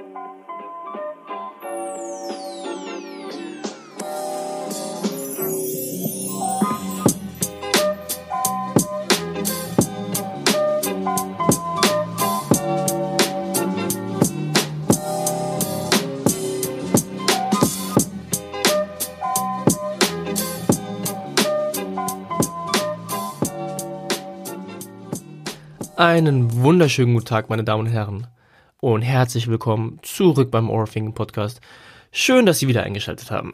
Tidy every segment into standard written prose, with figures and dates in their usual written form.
Einen wunderschönen guten Tag, meine Damen und Herren, und herzlich willkommen zurück beim Overthinking Podcast. Schön, dass Sie wieder eingeschaltet haben.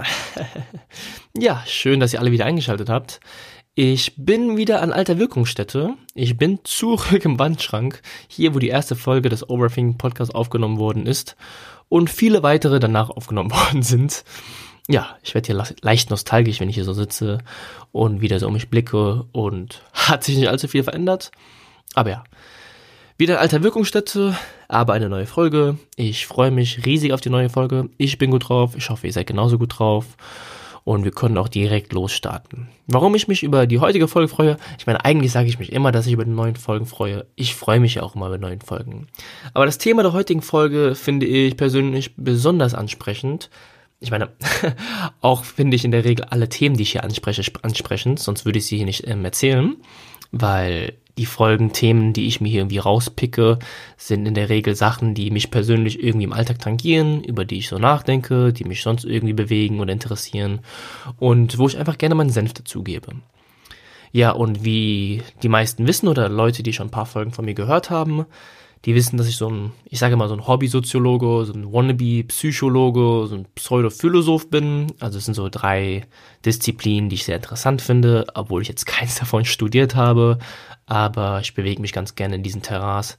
Ja, schön, dass ihr alle wieder eingeschaltet habt. Ich bin wieder an alter Wirkungsstätte. Ich bin zurück im Wandschrank, hier, wo die erste Folge des Overthinking Podcasts aufgenommen worden ist und viele weitere danach aufgenommen worden sind. Ja, ich werde hier leicht nostalgisch, wenn ich hier so sitze und wieder so um mich blicke, und hat sich nicht allzu viel verändert. Aber ja, wieder in alter Wirkungsstätte, aber eine neue Folge. Ich freue mich riesig auf die neue Folge. Ich bin gut drauf. Ich hoffe, ihr seid genauso gut drauf. Und wir können auch direkt losstarten. Warum ich mich über die heutige Folge freue? Ich meine, eigentlich sage ich mich immer, dass ich über die neuen Folgen freue. Ich freue mich ja auch immer über neuen Folgen. Aber das Thema der heutigen Folge finde ich persönlich besonders ansprechend. Ich meine, auch finde ich in der Regel alle Themen, die ich hier anspreche, ansprechend. Sonst würde ich sie hier nicht erzählen. Weil die Folgenthemen, die ich mir hier irgendwie rauspicke, sind in der Regel Sachen, die mich persönlich irgendwie im Alltag tangieren, über die ich so nachdenke, die mich sonst irgendwie bewegen oder interessieren und wo ich einfach gerne meinen Senf dazugebe. Ja, und wie die meisten wissen oder Leute, die schon ein paar Folgen von mir gehört haben, die wissen, dass ich so ein Hobby-Soziologe, so ein Wannabe-Psychologe, so ein Pseudophilosoph bin. Also es sind so 3 Disziplinen, die ich sehr interessant finde, obwohl ich jetzt keins davon studiert habe. Aber ich bewege mich ganz gerne in diesen Terrains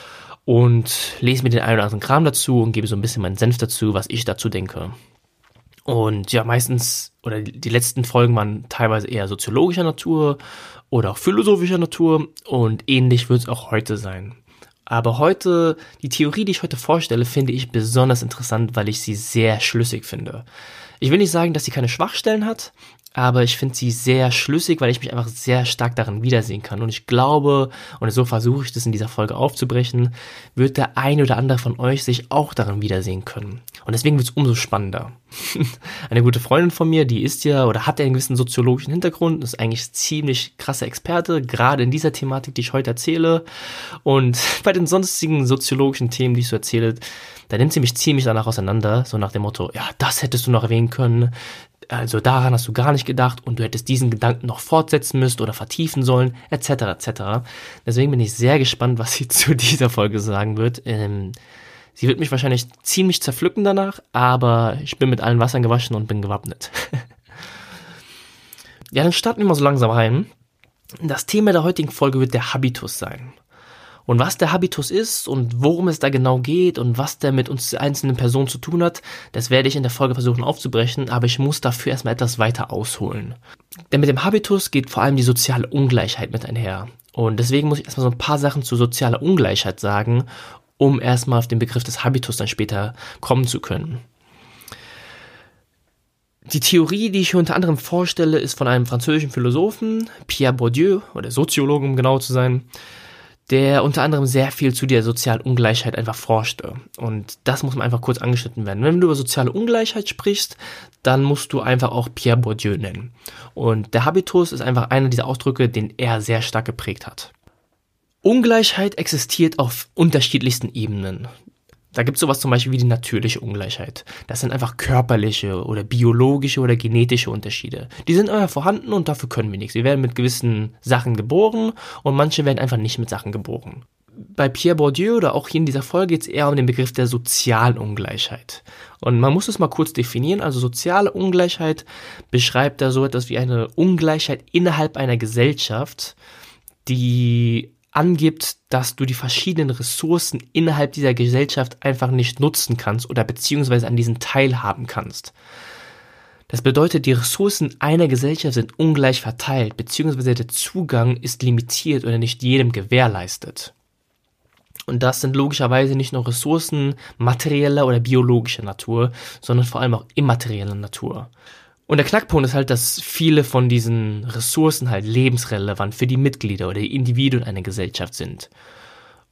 und lese mir den einen oder anderen Kram dazu und gebe so ein bisschen meinen Senf dazu, was ich dazu denke. Und ja, meistens, oder die letzten Folgen waren teilweise eher soziologischer Natur oder auch philosophischer Natur, und ähnlich wird es auch heute sein. Aber heute, die Theorie, die ich heute vorstelle, finde ich besonders interessant, weil ich sie sehr schlüssig finde. Ich will nicht sagen, dass sie keine Schwachstellen hat, aber ich finde sie sehr schlüssig, weil ich mich einfach sehr stark darin wiedersehen kann. Und ich glaube, und so versuche ich das in dieser Folge aufzubrechen, wird der ein oder andere von euch sich auch darin wiedersehen können. Und deswegen wird es umso spannender. Eine gute Freundin von mir, die ist ja oder hat ja einen gewissen soziologischen Hintergrund, ist eigentlich ziemlich krasser Experte, gerade in dieser Thematik, die ich heute erzähle. Und bei den sonstigen soziologischen Themen, die ich so erzähle, da nimmt sie mich ziemlich danach auseinander, so nach dem Motto, ja, das hättest du noch erwähnen können, also daran hast du gar nicht gedacht und du hättest diesen Gedanken noch fortsetzen müssen oder vertiefen sollen, etc. etc. Deswegen bin ich sehr gespannt, was sie zu dieser Folge sagen wird. Sie wird mich wahrscheinlich ziemlich zerpflücken danach, aber ich bin mit allen Wassern gewaschen und bin gewappnet. Ja, dann starten wir mal so langsam rein. Das Thema der heutigen Folge wird der Habitus sein. Und was der Habitus ist und worum es da genau geht und was der mit uns einzelnen Personen zu tun hat, das werde ich in der Folge versuchen aufzubrechen, aber ich muss dafür erstmal etwas weiter ausholen. Denn mit dem Habitus geht vor allem die soziale Ungleichheit mit einher. Und deswegen muss ich erstmal so ein paar Sachen zu sozialer Ungleichheit sagen, um erstmal auf den Begriff des Habitus dann später kommen zu können. Die Theorie, die ich hier unter anderem vorstelle, ist von einem französischen Philosophen, Pierre Bourdieu, oder Soziologen, um genau zu sein, der unter anderem sehr viel zu der sozialen Ungleichheit einfach forschte. Und das muss man einfach kurz angeschnitten werden. Wenn du über soziale Ungleichheit sprichst, dann musst du einfach auch Pierre Bourdieu nennen. Und der Habitus ist einfach einer dieser Ausdrücke, den er sehr stark geprägt hat. Ungleichheit existiert auf unterschiedlichsten Ebenen. Da gibt es sowas zum Beispiel wie die natürliche Ungleichheit. Das sind einfach körperliche oder biologische oder genetische Unterschiede. Die sind einfach vorhanden und dafür können wir nichts. Wir werden mit gewissen Sachen geboren und manche werden einfach nicht mit Sachen geboren. Bei Pierre Bourdieu oder auch hier in dieser Folge geht es eher um den Begriff der sozialen Ungleichheit. Und man muss es mal kurz definieren. Also soziale Ungleichheit beschreibt da so etwas wie eine Ungleichheit innerhalb einer Gesellschaft, die angibt, dass du die verschiedenen Ressourcen innerhalb dieser Gesellschaft einfach nicht nutzen kannst oder beziehungsweise an diesen teilhaben kannst. Das bedeutet, die Ressourcen einer Gesellschaft sind ungleich verteilt, beziehungsweise der Zugang ist limitiert oder nicht jedem gewährleistet. Und das sind logischerweise nicht nur Ressourcen materieller oder biologischer Natur, sondern vor allem auch immaterieller Natur. Und der Knackpunkt ist halt, dass viele von diesen Ressourcen halt lebensrelevant für die Mitglieder oder die Individuen einer Gesellschaft sind.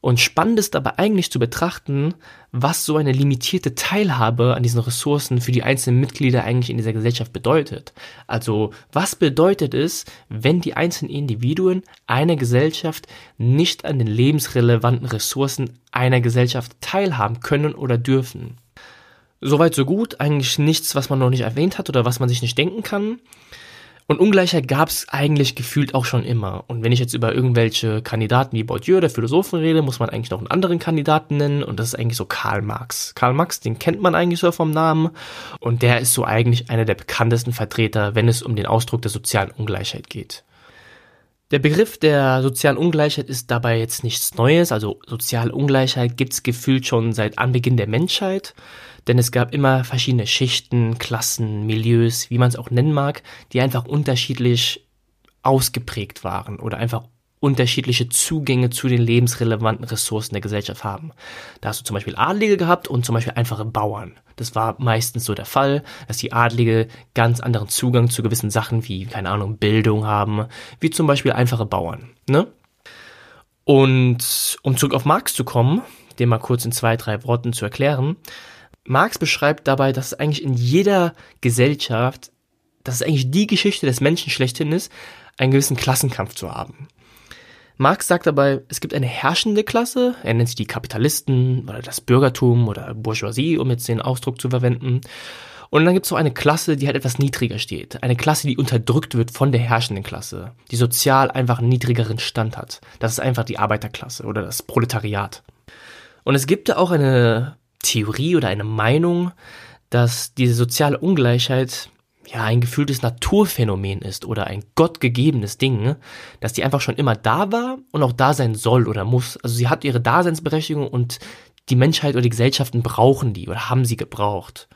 Und spannend ist dabei eigentlich zu betrachten, was so eine limitierte Teilhabe an diesen Ressourcen für die einzelnen Mitglieder eigentlich in dieser Gesellschaft bedeutet. Also was bedeutet es, wenn die einzelnen Individuen einer Gesellschaft nicht an den lebensrelevanten Ressourcen einer Gesellschaft teilhaben können oder dürfen? Soweit so gut, eigentlich nichts, was man noch nicht erwähnt hat oder was man sich nicht denken kann. Und Ungleichheit gab es eigentlich gefühlt auch schon immer. Und wenn ich jetzt über irgendwelche Kandidaten wie Bourdieu oder Philosophen rede, muss man eigentlich noch einen anderen Kandidaten nennen. Und das ist eigentlich so Karl Marx. Karl Marx, den kennt man eigentlich so vom Namen. Und der ist so eigentlich einer der bekanntesten Vertreter, wenn es um den Ausdruck der sozialen Ungleichheit geht. Der Begriff der sozialen Ungleichheit ist dabei jetzt nichts Neues. Also soziale Ungleichheit gibt es gefühlt schon seit Anbeginn der Menschheit. Denn es gab immer verschiedene Schichten, Klassen, Milieus, wie man es auch nennen mag, die einfach unterschiedlich ausgeprägt waren oder einfach unterschiedliche Zugänge zu den lebensrelevanten Ressourcen der Gesellschaft haben. Da hast du zum Beispiel Adlige gehabt und zum Beispiel einfache Bauern. Das war meistens so der Fall, dass die Adlige ganz anderen Zugang zu gewissen Sachen wie, keine Ahnung, Bildung haben, wie zum Beispiel einfache Bauern, ne? Und um zurück auf Marx zu kommen, den mal kurz in 2, 3 Worten zu erklären, Marx beschreibt dabei, dass es eigentlich in jeder Gesellschaft, dass es eigentlich die Geschichte des Menschen schlechthin ist, einen gewissen Klassenkampf zu haben. Marx sagt dabei, es gibt eine herrschende Klasse, er nennt sie die Kapitalisten oder das Bürgertum oder Bourgeoisie, um jetzt den Ausdruck zu verwenden. Und dann gibt es so eine Klasse, die halt etwas niedriger steht. Eine Klasse, die unterdrückt wird von der herrschenden Klasse, die sozial einfach einen niedrigeren Stand hat. Das ist einfach die Arbeiterklasse oder das Proletariat. Und es gibt ja auch eine Theorie oder eine Meinung, dass diese soziale Ungleichheit ja ein gefühltes Naturphänomen ist oder ein gottgegebenes Ding, dass die einfach schon immer da war und auch da sein soll oder muss. Also sie hat ihre Daseinsberechtigung und die Menschheit oder die Gesellschaften brauchen die oder haben sie gebraucht.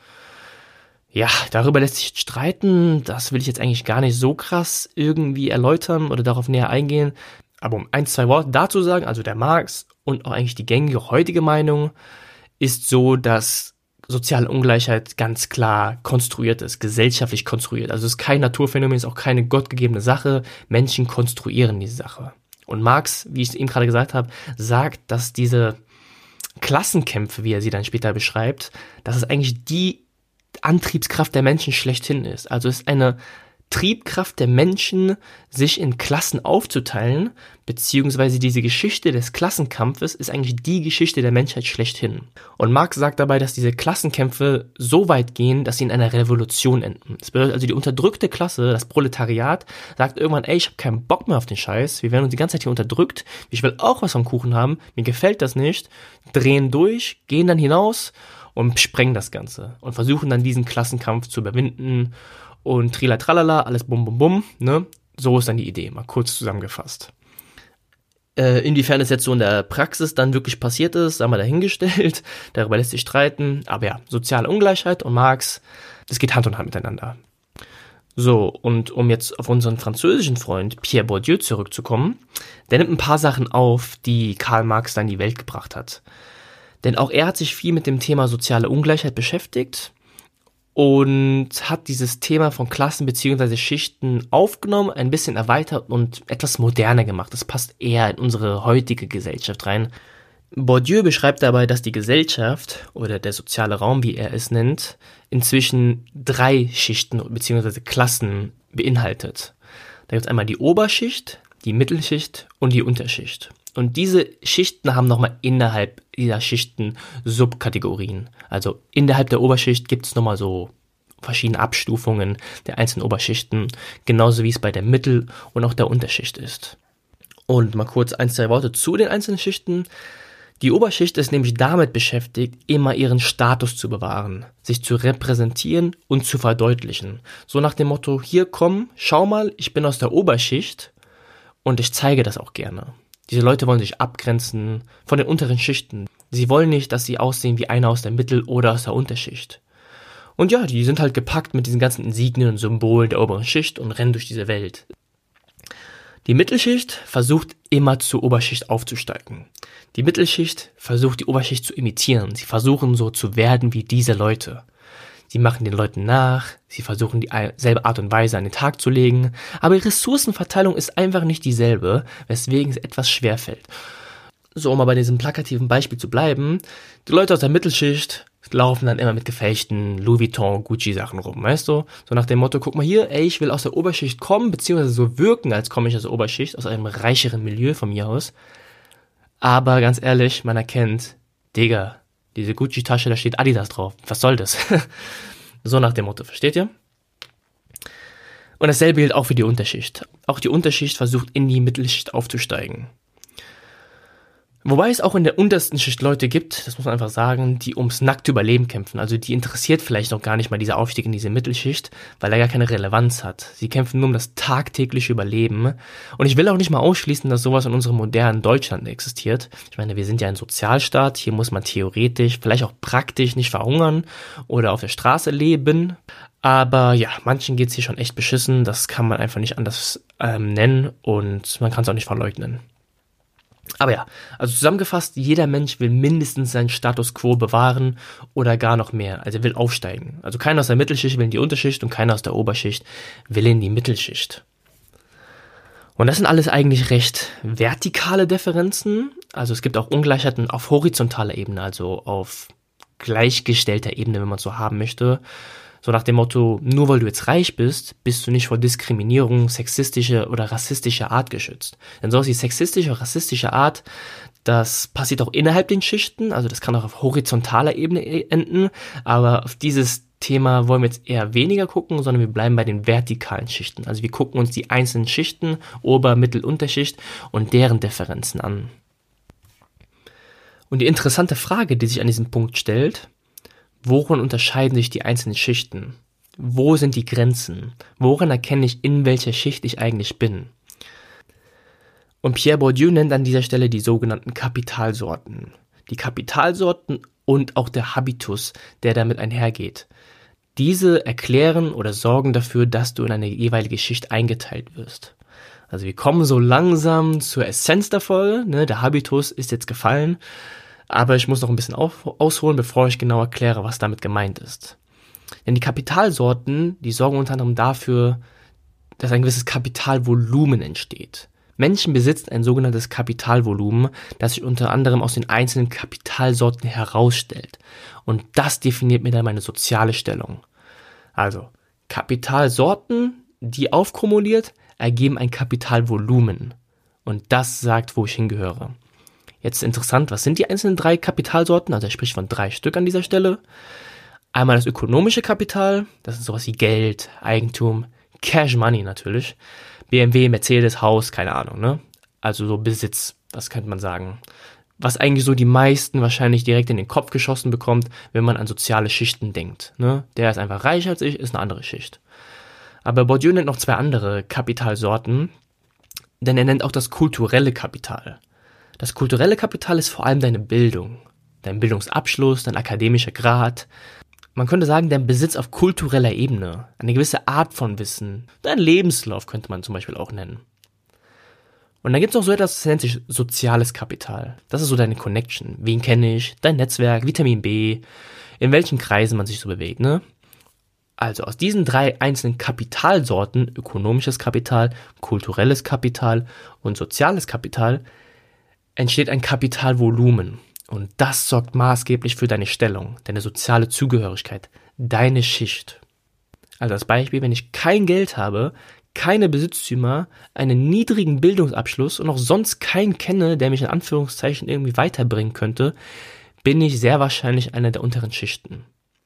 Ja, darüber lässt sich streiten, das will ich jetzt eigentlich gar nicht so krass irgendwie erläutern oder darauf näher eingehen. Aber um 1, 2 Worte dazu sagen, also der Marx und auch eigentlich die gängige heutige Meinung ist so, dass soziale Ungleichheit ganz klar konstruiert ist, gesellschaftlich konstruiert. Also es ist kein Naturphänomen, es ist auch keine gottgegebene Sache. Menschen konstruieren diese Sache. Und Marx, wie ich es eben gerade gesagt habe, sagt, dass diese Klassenkämpfe, wie er sie dann später beschreibt, dass es eigentlich die Antriebskraft der Menschen schlechthin ist. Also es ist eine Triebkraft der Menschen, sich in Klassen aufzuteilen, beziehungsweise diese Geschichte des Klassenkampfes ist eigentlich die Geschichte der Menschheit schlechthin. Und Marx sagt dabei, dass diese Klassenkämpfe so weit gehen, dass sie in einer Revolution enden. Das bedeutet also, die unterdrückte Klasse, das Proletariat, sagt irgendwann, ey, ich habe keinen Bock mehr auf den Scheiß, wir werden uns die ganze Zeit hier unterdrückt, ich will auch was vom Kuchen haben, mir gefällt das nicht, drehen durch, gehen dann hinaus und sprengen das Ganze und versuchen dann diesen Klassenkampf zu überwinden und tralala, alles bum bum bum, ne? So ist dann die Idee, mal kurz zusammengefasst. Inwiefern es jetzt so in der Praxis dann wirklich passiert ist, sei mal dahingestellt, darüber lässt sich streiten, aber ja, soziale Ungleichheit und Marx, das geht Hand in Hand miteinander. So, und um jetzt auf unseren französischen Freund Pierre Bourdieu zurückzukommen, der nimmt ein paar Sachen auf, die Karl Marx dann in die Welt gebracht hat. Denn auch er hat sich viel mit dem Thema soziale Ungleichheit beschäftigt und hat dieses Thema von Klassen bzw. Schichten aufgenommen, ein bisschen erweitert und etwas moderner gemacht. Das passt eher in unsere heutige Gesellschaft rein. Bourdieu beschreibt dabei, dass die Gesellschaft oder der soziale Raum, wie er es nennt, inzwischen 3 Schichten bzw. Klassen beinhaltet. Da gibt es einmal die Oberschicht, die Mittelschicht und die Unterschicht. Und diese Schichten haben nochmal innerhalb dieser Schichten Subkategorien. Also innerhalb der Oberschicht gibt es nochmal so verschiedene Abstufungen der einzelnen Oberschichten, genauso wie es bei der Mittel- und auch der Unterschicht ist. Und mal kurz 1, 2 Worte zu den einzelnen Schichten. Die Oberschicht ist nämlich damit beschäftigt, immer ihren Status zu bewahren, sich zu repräsentieren und zu verdeutlichen. So nach dem Motto, hier komm, schau mal, ich bin aus der Oberschicht und ich zeige das auch gerne. Diese Leute wollen sich abgrenzen von den unteren Schichten. Sie wollen nicht, dass sie aussehen wie einer aus der Mittel- oder aus der Unterschicht. Und ja, die sind halt gepackt mit diesen ganzen Insignien und Symbolen der oberen Schicht und rennen durch diese Welt. Die Mittelschicht versucht immer zur Oberschicht aufzusteigen. Die Mittelschicht versucht die Oberschicht zu imitieren. Sie versuchen so zu werden wie diese Leute. Sie machen den Leuten nach, sie versuchen dieselbe Art und Weise an den Tag zu legen, aber die Ressourcenverteilung ist einfach nicht dieselbe, weswegen es etwas schwerfällt. so um mal bei diesem plakativen Beispiel zu bleiben, die Leute aus der Mittelschicht laufen dann immer mit gefälschten Louis Vuitton, Gucci-Sachen rum, weißt du? So nach dem Motto, guck mal hier, ey, ich will aus der Oberschicht kommen, beziehungsweise so wirken, als komme ich aus der Oberschicht, aus einem reicheren Milieu von mir aus. Aber ganz ehrlich, man erkennt, Digga, diese Gucci-Tasche, da steht Adidas drauf. Was soll das? So nach dem Motto, versteht ihr? Und dasselbe gilt auch für die Unterschicht. Auch die Unterschicht versucht, in die Mittelschicht aufzusteigen. Wobei es auch in der untersten Schicht Leute gibt, das muss man einfach sagen, die ums nackte Überleben kämpfen. Also die interessiert vielleicht noch gar nicht mal dieser Aufstieg in diese Mittelschicht, weil er gar keine Relevanz hat. Sie kämpfen nur um das tagtägliche Überleben. Und ich will auch nicht mal ausschließen, dass sowas in unserem modernen Deutschland existiert. Ich meine, wir sind ja ein Sozialstaat, hier muss man theoretisch, vielleicht auch praktisch nicht verhungern oder auf der Straße leben. Aber ja, manchen geht's hier schon echt beschissen, das kann man einfach nicht anders nennen und man kann es auch nicht verleugnen. Aber ja, also zusammengefasst, jeder Mensch will mindestens seinen Status quo bewahren oder gar noch mehr, also er will aufsteigen. Also keiner aus der Mittelschicht will in die Unterschicht und keiner aus der Oberschicht will in die Mittelschicht. Und das sind alles eigentlich recht vertikale Differenzen, also es gibt auch Ungleichheiten auf horizontaler Ebene, also auf gleichgestellter Ebene, wenn man es so haben möchte. So nach dem Motto, nur weil du jetzt reich bist, bist du nicht vor Diskriminierung sexistischer oder rassistischer Art geschützt. Denn sowas wie sexistische oder rassistische Art, das passiert auch innerhalb den Schichten, also das kann auch auf horizontaler Ebene enden, aber auf dieses Thema wollen wir jetzt eher weniger gucken, sondern wir bleiben bei den vertikalen Schichten. Also wir gucken uns die einzelnen Schichten, Ober-, Mittel-, Unterschicht und deren Differenzen an. Und die interessante Frage, die sich an diesem Punkt stellt: Worin unterscheiden sich die einzelnen Schichten? Wo sind die Grenzen? Woran erkenne ich, in welcher Schicht ich eigentlich bin? Und Pierre Bourdieu nennt an dieser Stelle die sogenannten Kapitalsorten. Die Kapitalsorten und auch der Habitus, der damit einhergeht. Diese erklären oder sorgen dafür, dass du in eine jeweilige Schicht eingeteilt wirst. Also wir kommen so langsam zur Essenz der Folge, ne? Der Habitus ist jetzt gefallen. Aber ich muss noch ein bisschen ausholen, bevor ich genau erkläre, was damit gemeint ist. Denn die Kapitalsorten, die sorgen unter anderem dafür, dass ein gewisses Kapitalvolumen entsteht. Menschen besitzen ein sogenanntes Kapitalvolumen, das sich unter anderem aus den einzelnen Kapitalsorten herausstellt. Und das definiert mir dann meine soziale Stellung. Also, Kapitalsorten, die aufkumuliert, ergeben ein Kapitalvolumen. Und das sagt, wo ich hingehöre. Jetzt interessant, was sind die einzelnen 3 Kapitalsorten? Also er spricht von 3 Stück an dieser Stelle. Einmal das ökonomische Kapital, das ist sowas wie Geld, Eigentum, Cash Money natürlich. BMW, Mercedes, Haus, keine Ahnung, ne? Also so Besitz, was könnte man sagen. Was eigentlich so die meisten wahrscheinlich direkt in den Kopf geschossen bekommt, wenn man an soziale Schichten denkt, ne? Der ist einfach reicher als ich, ist eine andere Schicht. Aber Bourdieu nennt noch 2 andere Kapitalsorten, denn er nennt auch das kulturelle Kapital. Das kulturelle Kapital ist vor allem deine Bildung, dein Bildungsabschluss, dein akademischer Grad. Man könnte sagen, dein Besitz auf kultureller Ebene, eine gewisse Art von Wissen, dein Lebenslauf könnte man zum Beispiel auch nennen. Und dann gibt es noch so etwas, das nennt sich soziales Kapital. Das ist so deine Connection. Wen kenne ich, dein Netzwerk, Vitamin B, in welchen Kreisen man sich so bewegt, ne? Also aus diesen 3 einzelnen Kapitalsorten, ökonomisches Kapital, kulturelles Kapital und soziales Kapital, entsteht ein Kapitalvolumen. Und das sorgt maßgeblich für deine Stellung, deine soziale Zugehörigkeit, deine Schicht. Also als Beispiel, wenn ich kein Geld habe, keine Besitztümer, einen niedrigen Bildungsabschluss und auch sonst keinen kenne, der mich in Anführungszeichen irgendwie weiterbringen könnte, bin ich sehr wahrscheinlich einer der unteren Schichten.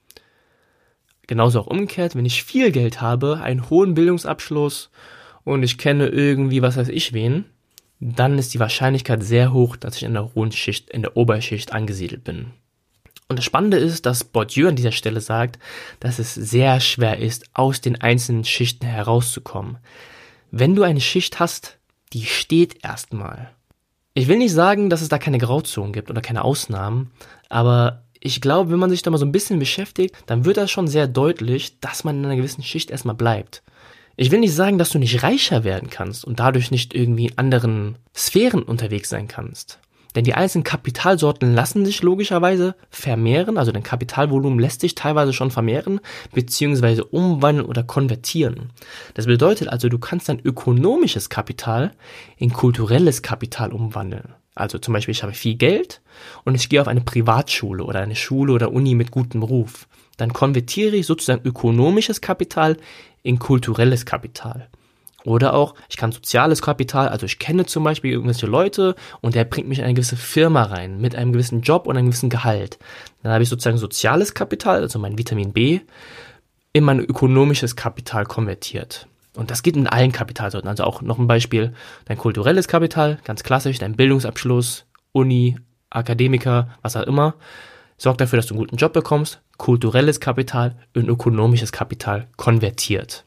Genauso auch umgekehrt, wenn ich viel Geld habe, einen hohen Bildungsabschluss und ich kenne irgendwie was weiß ich wen, dann ist die Wahrscheinlichkeit sehr hoch, dass ich in der hohen Schicht, in der Oberschicht angesiedelt bin. Und das Spannende ist, dass Bourdieu an dieser Stelle sagt, dass es sehr schwer ist, aus den einzelnen Schichten herauszukommen. Wenn du eine Schicht hast, die steht erstmal. Ich will nicht sagen, dass es da keine Grauzonen gibt oder keine Ausnahmen, aber ich glaube, wenn man sich da mal so ein bisschen beschäftigt, dann wird das schon sehr deutlich, dass man in einer gewissen Schicht erstmal bleibt. Ich will nicht sagen, dass du nicht reicher werden kannst und dadurch nicht irgendwie in anderen Sphären unterwegs sein kannst. Denn die einzelnen Kapitalsorten lassen sich logischerweise vermehren, also dein Kapitalvolumen lässt sich teilweise schon vermehren, beziehungsweise umwandeln oder konvertieren. Das bedeutet also, du kannst dein ökonomisches Kapital in kulturelles Kapital umwandeln. Also zum Beispiel, ich habe viel Geld und ich gehe auf eine Privatschule oder eine Schule oder Uni mit gutem Ruf. Dann konvertiere ich sozusagen ökonomisches Kapital in kulturelles Kapital. Oder auch, ich kann soziales Kapital, also ich kenne zum Beispiel irgendwelche Leute und der bringt mich in eine gewisse Firma rein, mit einem gewissen Job und einem gewissen Gehalt. Dann habe ich sozusagen soziales Kapital, also mein Vitamin B, in mein ökonomisches Kapital konvertiert. Und das geht in allen Kapitalsorten. Also auch noch ein Beispiel, dein kulturelles Kapital, ganz klassisch, dein Bildungsabschluss, Uni, Akademiker, was auch immer, sorgt dafür, dass du einen guten Job bekommst. Kulturelles Kapital in ökonomisches Kapital konvertiert.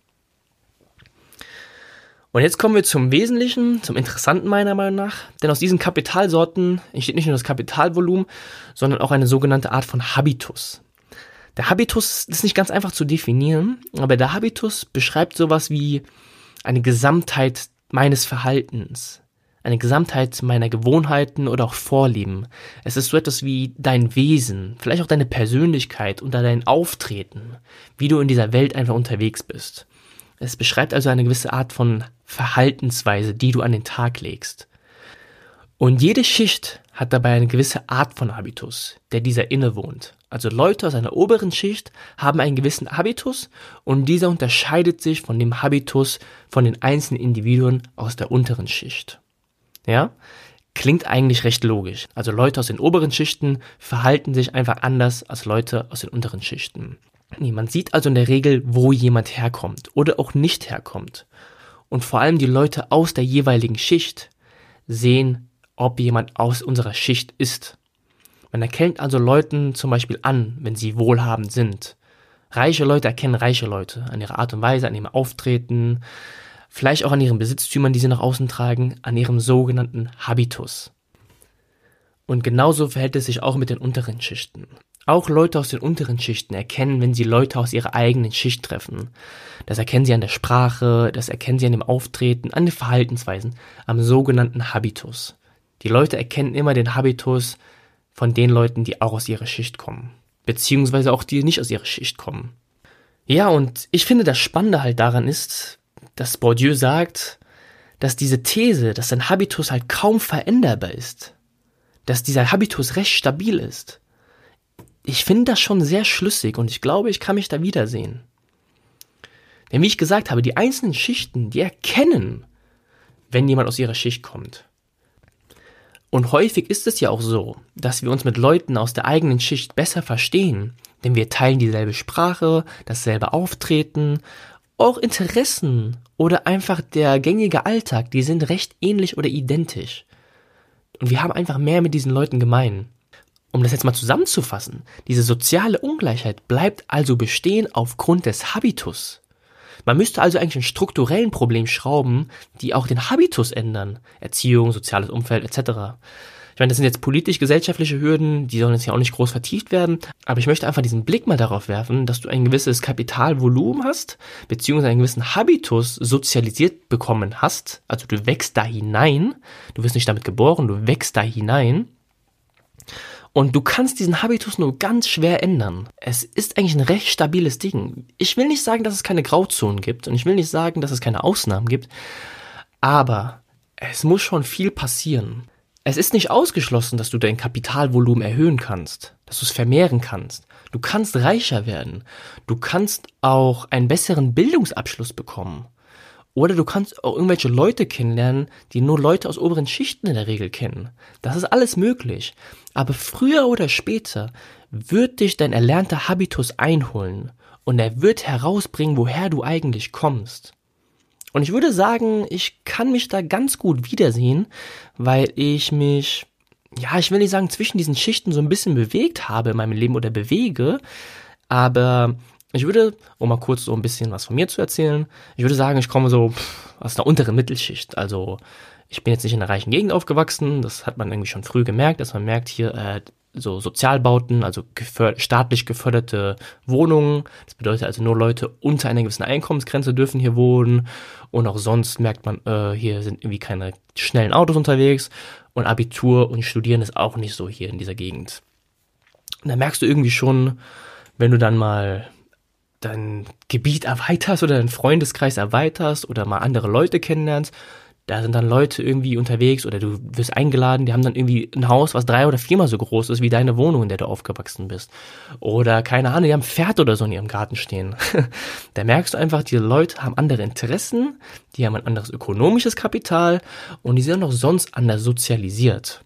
Und jetzt kommen wir zum Wesentlichen, zum Interessanten meiner Meinung nach, denn aus diesen Kapitalsorten entsteht nicht nur das Kapitalvolumen, sondern auch eine sogenannte Art von Habitus. Der Habitus ist nicht ganz einfach zu definieren, aber der Habitus beschreibt sowas wie eine Gesamtheit meines Verhaltens, eine Gesamtheit meiner Gewohnheiten oder auch Vorlieben. Es ist so etwas wie dein Wesen, vielleicht auch deine Persönlichkeit oder dein Auftreten, wie du in dieser Welt einfach unterwegs bist. Es beschreibt also eine gewisse Art von Verhaltensweise, die du an den Tag legst. Und jede Schicht hat dabei eine gewisse Art von Habitus, der dieser innewohnt. Also Leute aus einer oberen Schicht haben einen gewissen Habitus und dieser unterscheidet sich von dem Habitus von den einzelnen Individuen aus der unteren Schicht. Ja? Klingt eigentlich recht logisch. Also Leute aus den oberen Schichten verhalten sich einfach anders als Leute aus den unteren Schichten. Man sieht also in der Regel, wo jemand herkommt oder auch nicht herkommt. Und vor allem die Leute aus der jeweiligen Schicht sehen, ob jemand aus unserer Schicht ist. Man erkennt also Leuten zum Beispiel an, wenn sie wohlhabend sind. Reiche Leute erkennen reiche Leute an ihrer Art und Weise, an ihrem Auftreten, vielleicht auch an ihren Besitztümern, die sie nach außen tragen, an ihrem sogenannten Habitus. Und genauso verhält es sich auch mit den unteren Schichten. Auch Leute aus den unteren Schichten erkennen, wenn sie Leute aus ihrer eigenen Schicht treffen. Das erkennen sie an der Sprache, das erkennen sie an dem Auftreten, an den Verhaltensweisen, am sogenannten Habitus. Die Leute erkennen immer den Habitus von den Leuten, die auch aus ihrer Schicht kommen. Beziehungsweise auch die nicht aus ihrer Schicht kommen. Ja, und ich finde, das Spannende halt daran ist, dass Bourdieu sagt, dass diese These, dass ein Habitus halt kaum veränderbar ist, dass dieser Habitus recht stabil ist. Ich finde das schon sehr schlüssig und ich glaube, ich kann mich da wiedersehen. Denn wie ich gesagt habe, die einzelnen Schichten, die erkennen, wenn jemand aus ihrer Schicht kommt. Und häufig ist es ja auch so, dass wir uns mit Leuten aus der eigenen Schicht besser verstehen, denn wir teilen dieselbe Sprache, dasselbe Auftreten, auch Interessen oder einfach der gängige Alltag, die sind recht ähnlich oder identisch. Und wir haben einfach mehr mit diesen Leuten gemein. Um das jetzt mal zusammenzufassen, diese soziale Ungleichheit bleibt also bestehen aufgrund des Habitus. Man müsste also eigentlich ein strukturellen Problem schrauben, die auch den Habitus ändern. Erziehung, soziales Umfeld etc. Ich meine, das sind jetzt politisch-gesellschaftliche Hürden, die sollen jetzt ja auch nicht groß vertieft werden, aber ich möchte einfach diesen Blick mal darauf werfen, dass du ein gewisses Kapitalvolumen hast, beziehungsweise einen gewissen Habitus sozialisiert bekommen hast, also du wächst da hinein, du wirst nicht damit geboren, du wächst da hinein. Und du kannst diesen Habitus nur ganz schwer ändern. Es ist eigentlich ein recht stabiles Ding. Ich will nicht sagen, dass es keine Grauzonen gibt und ich will nicht sagen, dass es keine Ausnahmen gibt, aber es muss schon viel passieren. Es ist nicht ausgeschlossen, dass du dein Kapitalvolumen erhöhen kannst, dass du es vermehren kannst. Du kannst reicher werden. Du kannst auch einen besseren Bildungsabschluss bekommen. Oder du kannst auch irgendwelche Leute kennenlernen, die nur Leute aus oberen Schichten in der Regel kennen. Das ist alles möglich. Aber früher oder später wird dich dein erlernter Habitus einholen und er wird herausbringen, woher du eigentlich kommst. Und ich würde sagen, ich kann mich da ganz gut wiedersehen, weil ich mich, ja, ich will nicht sagen, zwischen diesen Schichten so ein bisschen bewegt habe in meinem Leben oder bewege, aber ich würde, um mal kurz so ein bisschen was von mir zu erzählen, ich würde sagen, ich komme so aus einer unteren Mittelschicht. Also ich bin jetzt nicht in einer reichen Gegend aufgewachsen, das hat man irgendwie schon früh gemerkt, dass man merkt hier so Sozialbauten, also staatlich geförderte Wohnungen. Das bedeutet also nur Leute unter einer gewissen Einkommensgrenze dürfen hier wohnen und auch sonst merkt man, hier sind irgendwie keine schnellen Autos unterwegs und Abitur und Studieren ist auch nicht so hier in dieser Gegend. Und da merkst du irgendwie schon, wenn du dann mal dein Gebiet erweiterst oder deinen Freundeskreis erweiterst oder mal andere Leute kennenlernst, Da sind dann Leute irgendwie unterwegs oder du wirst eingeladen, die haben dann irgendwie ein Haus, was 3- oder 4-mal so groß ist wie deine Wohnung, in der du aufgewachsen bist. Oder keine Ahnung, die haben ein Pferd oder so in ihrem Garten stehen. Da merkst du einfach, diese Leute haben andere Interessen, die haben ein anderes ökonomisches Kapital und die sind auch sonst anders sozialisiert.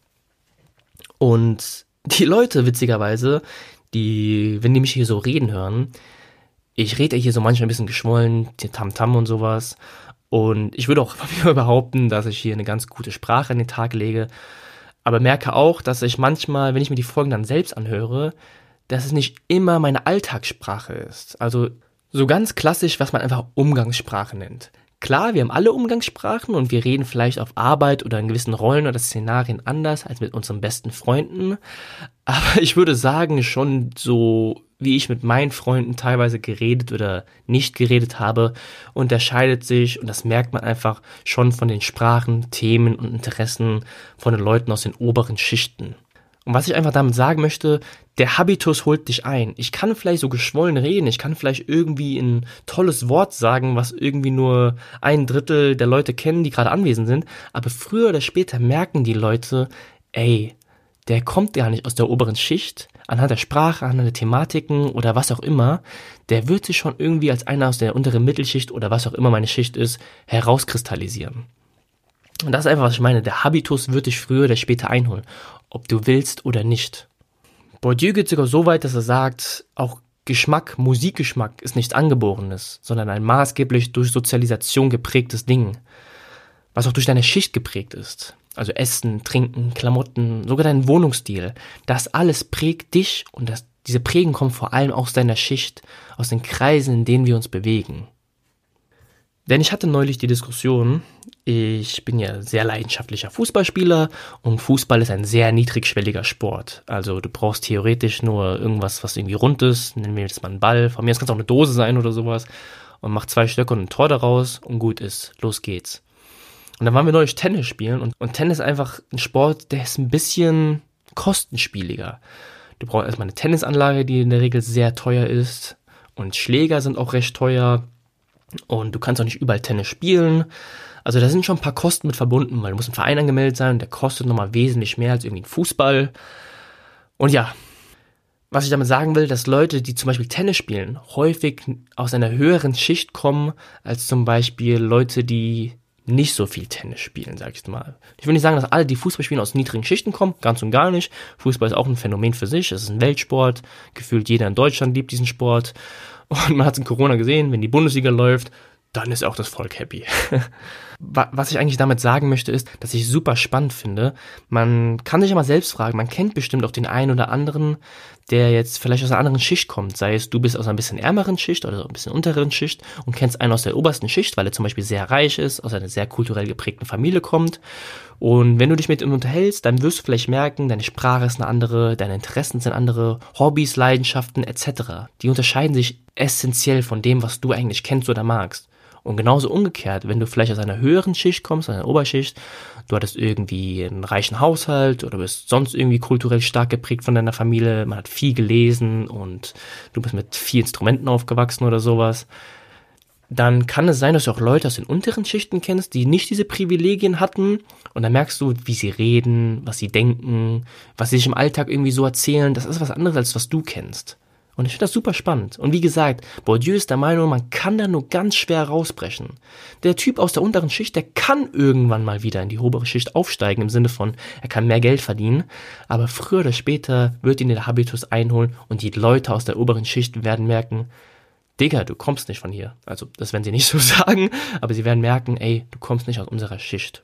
Und die Leute, witzigerweise, wenn die mich hier so reden hören, ich rede ja hier so manchmal ein bisschen geschwollen, die Tamtam und sowas. Und ich würde auch von mir behaupten, dass ich hier eine ganz gute Sprache an den Tag lege. Aber merke auch, dass ich manchmal, wenn ich mir die Folgen dann selbst anhöre, dass es nicht immer meine Alltagssprache ist. Also so ganz klassisch, was man einfach Umgangssprache nennt. Klar, wir haben alle Umgangssprachen und wir reden vielleicht auf Arbeit oder in gewissen Rollen oder Szenarien anders als mit unseren besten Freunden. Aber ich würde sagen, schon so, wie ich mit meinen Freunden teilweise geredet oder nicht geredet habe, unterscheidet sich, und das merkt man einfach schon von den Sprachen, Themen und Interessen von den Leuten aus den oberen Schichten. Und was ich einfach damit sagen möchte, der Habitus holt dich ein. Ich kann vielleicht so geschwollen reden, ich kann vielleicht irgendwie ein tolles Wort sagen, was irgendwie nur 1/3 der Leute kennen, die gerade anwesend sind, aber früher oder später merken die Leute, ey, der kommt gar nicht aus der oberen Schicht, anhand der Sprache, anhand der Thematiken oder was auch immer, der wird sich schon irgendwie als einer aus der unteren Mittelschicht oder was auch immer meine Schicht ist, herauskristallisieren. Und das ist einfach, was ich meine, der Habitus wird dich früher oder später einholen, ob du willst oder nicht. Bourdieu geht sogar so weit, dass er sagt, auch Geschmack, Musikgeschmack ist nichts Angeborenes, sondern ein maßgeblich durch Sozialisation geprägtes Ding, was auch durch deine Schicht geprägt ist. Also Essen, Trinken, Klamotten, sogar dein Wohnungsstil. Das alles prägt dich und diese Prägen kommen vor allem aus deiner Schicht, aus den Kreisen, in denen wir uns bewegen. Denn ich hatte neulich die Diskussion, ich bin ja sehr leidenschaftlicher Fußballspieler und Fußball ist ein sehr niedrigschwelliger Sport. Also du brauchst theoretisch nur irgendwas, was irgendwie rund ist, nennen wir jetzt mal einen Ball, von mir aus kann es auch eine Dose sein oder sowas, und mach 2 Stöcke und ein Tor daraus und gut ist, los geht's. Und dann waren wir neulich Tennis spielen und Tennis ist einfach ein Sport, der ist ein bisschen kostenspieliger. Du brauchst erstmal eine Tennisanlage, die in der Regel sehr teuer ist, und Schläger sind auch recht teuer. Und du kannst auch nicht überall Tennis spielen. Also da sind schon ein paar Kosten mit verbunden, weil du musst im Verein angemeldet sein und der kostet nochmal wesentlich mehr als irgendwie ein Fußball. Und ja, was ich damit sagen will, dass Leute, die zum Beispiel Tennis spielen, häufig aus einer höheren Schicht kommen, als zum Beispiel Leute, die nicht so viel Tennis spielen, sag ich mal. Ich will nicht sagen, dass alle, die Fußball spielen, aus niedrigen Schichten kommen, ganz und gar nicht. Fußball ist auch ein Phänomen für sich, es ist ein Weltsport, gefühlt jeder in Deutschland liebt diesen Sport. Und man hat es in Corona gesehen, wenn die Bundesliga läuft, dann ist auch das Volk happy. Was ich eigentlich damit sagen möchte, ist, dass ich super spannend finde. Man kann sich ja mal selbst fragen, man kennt bestimmt auch den einen oder anderen, der jetzt vielleicht aus einer anderen Schicht kommt. Sei es, du bist aus einer bisschen ärmeren Schicht oder ein bisschen unteren Schicht und kennst einen aus der obersten Schicht, weil er zum Beispiel sehr reich ist, aus einer sehr kulturell geprägten Familie kommt. Und wenn du dich mit ihm unterhältst, dann wirst du vielleicht merken, deine Sprache ist eine andere, deine Interessen sind andere, Hobbys, Leidenschaften etc. Die unterscheiden sich essentiell von dem, was du eigentlich kennst oder magst. Und genauso umgekehrt, wenn du vielleicht aus einer höheren Schicht kommst, aus einer Oberschicht, du hattest irgendwie einen reichen Haushalt oder bist sonst irgendwie kulturell stark geprägt von deiner Familie, man hat viel gelesen und du bist mit 4 Instrumenten aufgewachsen oder sowas, dann kann es sein, dass du auch Leute aus den unteren Schichten kennst, die nicht diese Privilegien hatten, und dann merkst du, wie sie reden, was sie denken, was sie sich im Alltag irgendwie so erzählen. Das ist was anderes, als was du kennst. Und ich finde das super spannend. Und wie gesagt, Bourdieu ist der Meinung, man kann da nur ganz schwer rausbrechen. Der Typ aus der unteren Schicht, der kann irgendwann mal wieder in die obere Schicht aufsteigen, im Sinne von, er kann mehr Geld verdienen, aber früher oder später wird ihn der Habitus einholen und die Leute aus der oberen Schicht werden merken, Digga, du kommst nicht von hier. Also, das werden sie nicht so sagen, aber sie werden merken, ey, du kommst nicht aus unserer Schicht.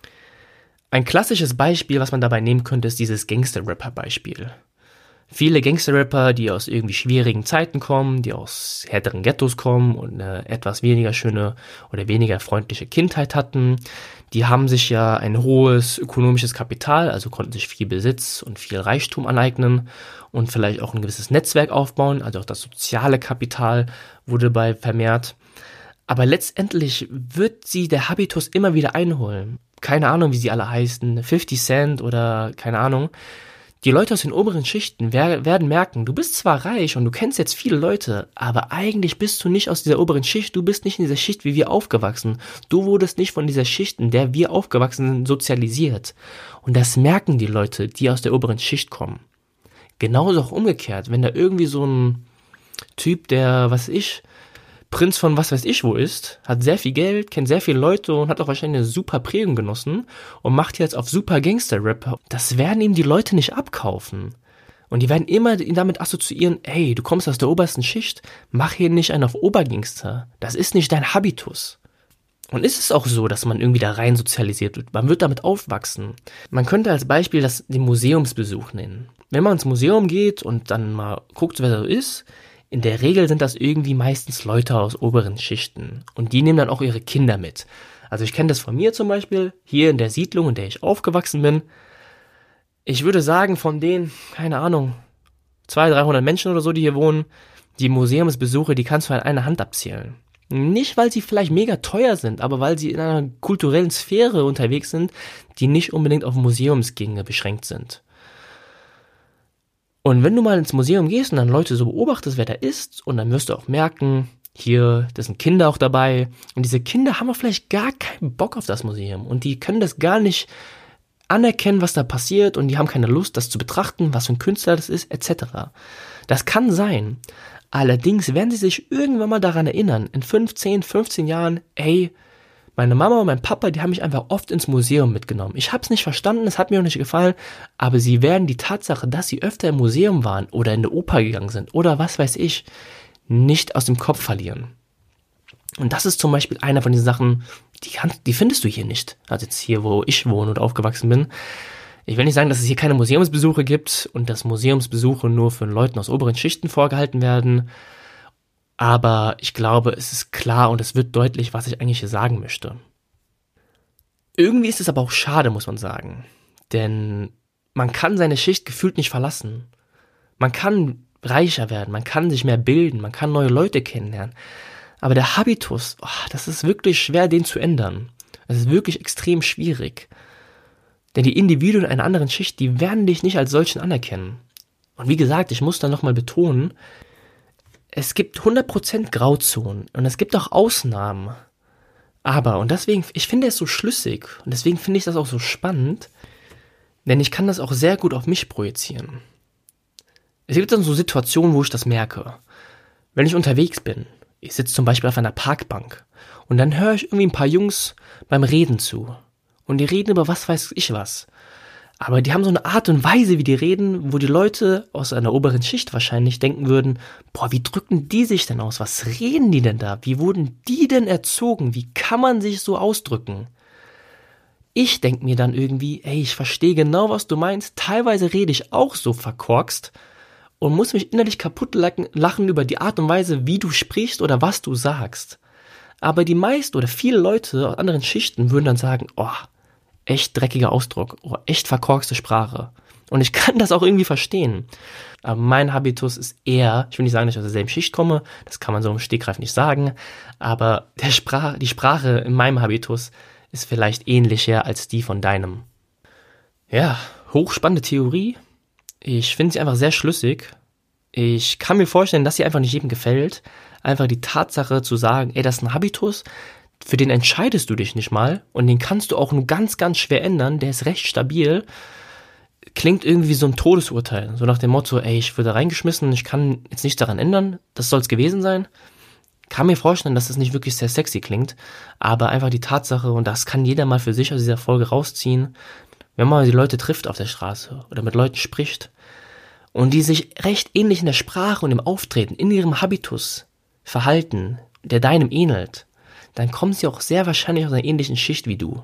Ein klassisches Beispiel, was man dabei nehmen könnte, ist dieses Gangster-Rapper-Beispiel. Viele Gangster-Rapper, die aus irgendwie schwierigen Zeiten kommen, die aus härteren Ghettos kommen und eine etwas weniger schöne oder weniger freundliche Kindheit hatten, die haben sich ja ein hohes ökonomisches Kapital, also konnten sich viel Besitz und viel Reichtum aneignen und vielleicht auch ein gewisses Netzwerk aufbauen, also auch das soziale Kapital wurde dabei vermehrt. Aber letztendlich wird sie der Habitus immer wieder einholen. Keine Ahnung, wie sie alle heißen, 50 Cent oder keine Ahnung. Die Leute aus den oberen Schichten werden merken, du bist zwar reich und du kennst jetzt viele Leute, aber eigentlich bist du nicht aus dieser oberen Schicht, du bist nicht in dieser Schicht, wie wir aufgewachsen. Du wurdest nicht von dieser Schicht, in der wir aufgewachsen sind, sozialisiert. Und das merken die Leute, die aus der oberen Schicht kommen. Genauso auch umgekehrt, wenn da irgendwie so ein Typ, der, Prinz von was weiß ich wo ist, hat sehr viel Geld, kennt sehr viele Leute und hat auch wahrscheinlich eine super Prägung genossen und macht jetzt auf super Gangster-Rap. Das werden ihm die Leute nicht abkaufen. Und die werden immer ihn damit assoziieren, hey, du kommst aus der obersten Schicht, mach hier nicht einen auf Obergangster. Das ist nicht dein Habitus. Und ist es auch so, dass man irgendwie da rein sozialisiert wird? Man wird damit aufwachsen. Man könnte als Beispiel den Museumsbesuch nennen. Wenn man ins Museum geht und dann mal guckt, wer da so ist, in der Regel sind das irgendwie meistens Leute aus oberen Schichten. Und die nehmen dann auch ihre Kinder mit. Also ich kenne das von mir zum Beispiel, hier in der Siedlung, in der ich aufgewachsen bin. Ich würde sagen, von den, keine Ahnung, 200, 300 Menschen oder so, die hier wohnen, die Museumsbesuche, die kannst du an einer Hand abzählen. Nicht, weil sie vielleicht mega teuer sind, aber weil sie in einer kulturellen Sphäre unterwegs sind, die nicht unbedingt auf Museumsgänge beschränkt sind. Und wenn du mal ins Museum gehst und dann Leute so beobachtest, wer da ist, und dann wirst du auch merken, hier, da sind Kinder auch dabei, und diese Kinder haben auch vielleicht gar keinen Bock auf das Museum und die können das gar nicht anerkennen, was da passiert, und die haben keine Lust, das zu betrachten, was für ein Künstler das ist, etc. Das kann sein. Allerdings werden sie sich irgendwann mal daran erinnern, in 15 Jahren, ey, meine Mama und mein Papa, die haben mich einfach oft ins Museum mitgenommen. Ich hab's nicht verstanden, es hat mir auch nicht gefallen, aber sie werden die Tatsache, dass sie öfter im Museum waren oder in eine Oper gegangen sind oder was weiß ich, nicht aus dem Kopf verlieren. Und das ist zum Beispiel einer von diesen Sachen, die findest du hier nicht. Also jetzt hier, wo ich wohne und aufgewachsen bin. Ich will nicht sagen, dass es hier keine Museumsbesuche gibt und dass Museumsbesuche nur für Leute aus oberen Schichten vorgehalten werden. Aber ich glaube, es ist klar und es wird deutlich, was ich eigentlich hier sagen möchte. Irgendwie ist es aber auch schade, muss man sagen. Denn man kann seine Schicht gefühlt nicht verlassen. Man kann reicher werden, man kann sich mehr bilden, man kann neue Leute kennenlernen. Aber der Habitus, das ist wirklich schwer, den zu ändern. Es ist wirklich extrem schwierig. Denn die Individuen einer anderen Schicht, die werden dich nicht als solchen anerkennen. Und wie gesagt, ich muss da nochmal betonen, es gibt 100% Grauzonen und es gibt auch Ausnahmen. Aber, und deswegen, ich finde es so schlüssig und deswegen finde ich das auch so spannend, denn ich kann das auch sehr gut auf mich projizieren. Es gibt dann so Situationen, wo ich das merke. Wenn ich unterwegs bin, ich sitze zum Beispiel auf einer Parkbank und dann höre ich irgendwie ein paar Jungs beim Reden zu. Und die reden über was weiß ich was. Aber die haben so eine Art und Weise, wie die reden, wo die Leute aus einer oberen Schicht wahrscheinlich denken würden, boah, wie drücken die sich denn aus? Was reden die denn da? Wie wurden die denn erzogen? Wie kann man sich so ausdrücken? Ich denke mir dann irgendwie, ey, ich verstehe genau, was du meinst. Teilweise rede ich auch so verkorkst und muss mich innerlich kaputt lachen über die Art und Weise, wie du sprichst oder was du sagst. Aber die meisten oder viele Leute aus anderen Schichten würden dann sagen, oh, echt dreckiger Ausdruck, oh, echt verkorkste Sprache. Und ich kann das auch irgendwie verstehen. Aber mein Habitus ist eher, ich will nicht sagen, dass ich aus derselben Schicht komme, das kann man so im Stegreif nicht sagen, aber die Sprache in meinem Habitus ist vielleicht ähnlicher als die von deinem. Ja, hochspannende Theorie. Ich finde sie einfach sehr schlüssig. Ich kann mir vorstellen, dass sie einfach nicht jedem gefällt. Einfach die Tatsache zu sagen, ey, das ist ein Habitus, für den entscheidest du dich nicht mal und den kannst du auch nur ganz, ganz schwer ändern, der ist recht stabil, klingt irgendwie wie so ein Todesurteil. So nach dem Motto, ey, ich wurde reingeschmissen, ich kann jetzt nichts daran ändern, das soll es gewesen sein. Kann mir vorstellen, dass das nicht wirklich sehr sexy klingt, aber einfach die Tatsache, und das kann jeder mal für sich aus dieser Folge rausziehen, wenn man die Leute trifft auf der Straße oder mit Leuten spricht und die sich recht ähnlich in der Sprache und im Auftreten, in ihrem Habitus verhalten, der deinem ähnelt, dann kommen sie auch sehr wahrscheinlich aus einer ähnlichen Schicht wie du.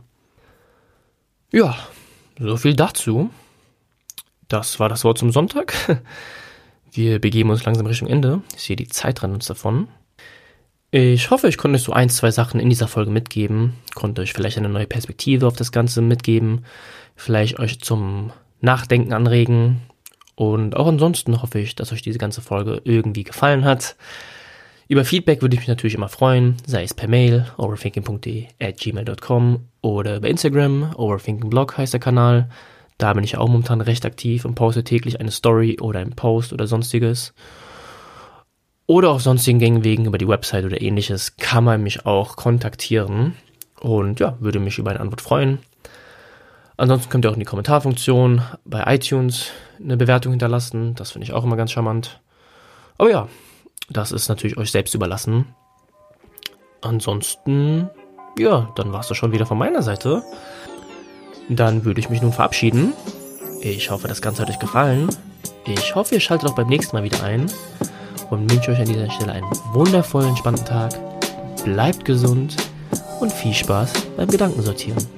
Ja, so viel dazu. Das war das Wort zum Sonntag. Wir begeben uns langsam Richtung Ende. Ich sehe, die Zeit rennt uns davon. Ich hoffe, ich konnte euch so 1, 2 Sachen in dieser Folge mitgeben, konnte euch vielleicht eine neue Perspektive auf das Ganze mitgeben, vielleicht euch zum Nachdenken anregen und auch ansonsten hoffe ich, dass euch diese ganze Folge irgendwie gefallen hat. Über Feedback würde ich mich natürlich immer freuen, sei es per Mail, overthinking.de@gmail.com oder über Instagram, overthinkingblog heißt der Kanal. Da bin ich auch momentan recht aktiv und poste täglich eine Story oder einen Post oder sonstiges. Oder auf sonstigen Gängen über die Website oder ähnliches kann man mich auch kontaktieren. Und ja, würde mich über eine Antwort freuen. Ansonsten könnt ihr auch in die Kommentarfunktion bei iTunes eine Bewertung hinterlassen. Das finde ich auch immer ganz charmant. Aber ja, das ist natürlich euch selbst überlassen. Ansonsten, ja, dann war es das schon wieder von meiner Seite. Dann würde ich mich nun verabschieden. Ich hoffe, das Ganze hat euch gefallen. Ich hoffe, ihr schaltet auch beim nächsten Mal wieder ein. Und wünsche euch an dieser Stelle einen wundervollen, entspannten Tag. Bleibt gesund und viel Spaß beim Gedankensortieren.